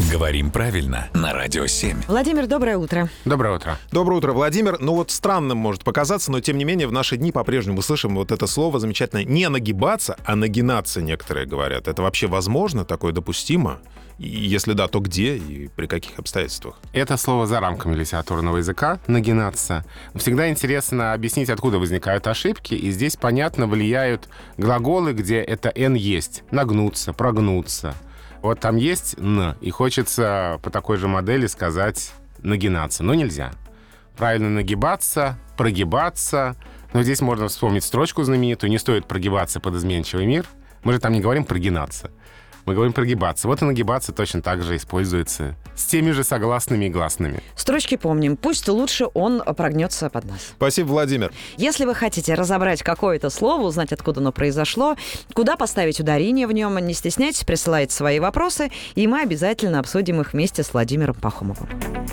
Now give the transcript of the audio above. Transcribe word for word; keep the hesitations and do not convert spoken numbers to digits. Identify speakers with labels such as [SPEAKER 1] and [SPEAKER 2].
[SPEAKER 1] Говорим правильно на Радио семь.
[SPEAKER 2] Владимир, доброе утро.
[SPEAKER 3] Доброе утро.
[SPEAKER 4] Доброе утро, Владимир. Ну вот странным может показаться, но тем не менее в наши дни по-прежнему слышим вот это слово замечательное. Не нагибаться, а нагинаться, некоторые говорят. Это вообще возможно? Такое допустимо? И если да, то где и при каких обстоятельствах?
[SPEAKER 3] Это слово за рамками литературного языка «нагинаться». Всегда интересно объяснить, откуда возникают ошибки, и здесь, понятно, влияют глаголы, где это «н» есть. Нагнуться, прогнуться. Вот там есть «н», и хочется по такой же модели сказать «нагинаться», но нельзя. Правильно нагибаться, прогибаться. Но здесь можно вспомнить строчку знаменитую «Не стоит прогибаться под изменчивый мир». Мы же там не говорим «прогинаться». Мы говорим прогибаться. Вот и нагибаться точно так же используется с теми же согласными и гласными.
[SPEAKER 2] Строчки помним. Пусть лучше он прогнется под нас.
[SPEAKER 4] Спасибо, Владимир.
[SPEAKER 2] Если вы хотите разобрать какое-то слово, узнать, откуда оно произошло, куда поставить ударение в нем, не стесняйтесь, присылайте свои вопросы, и мы обязательно обсудим их вместе с Владимиром Пахомовым.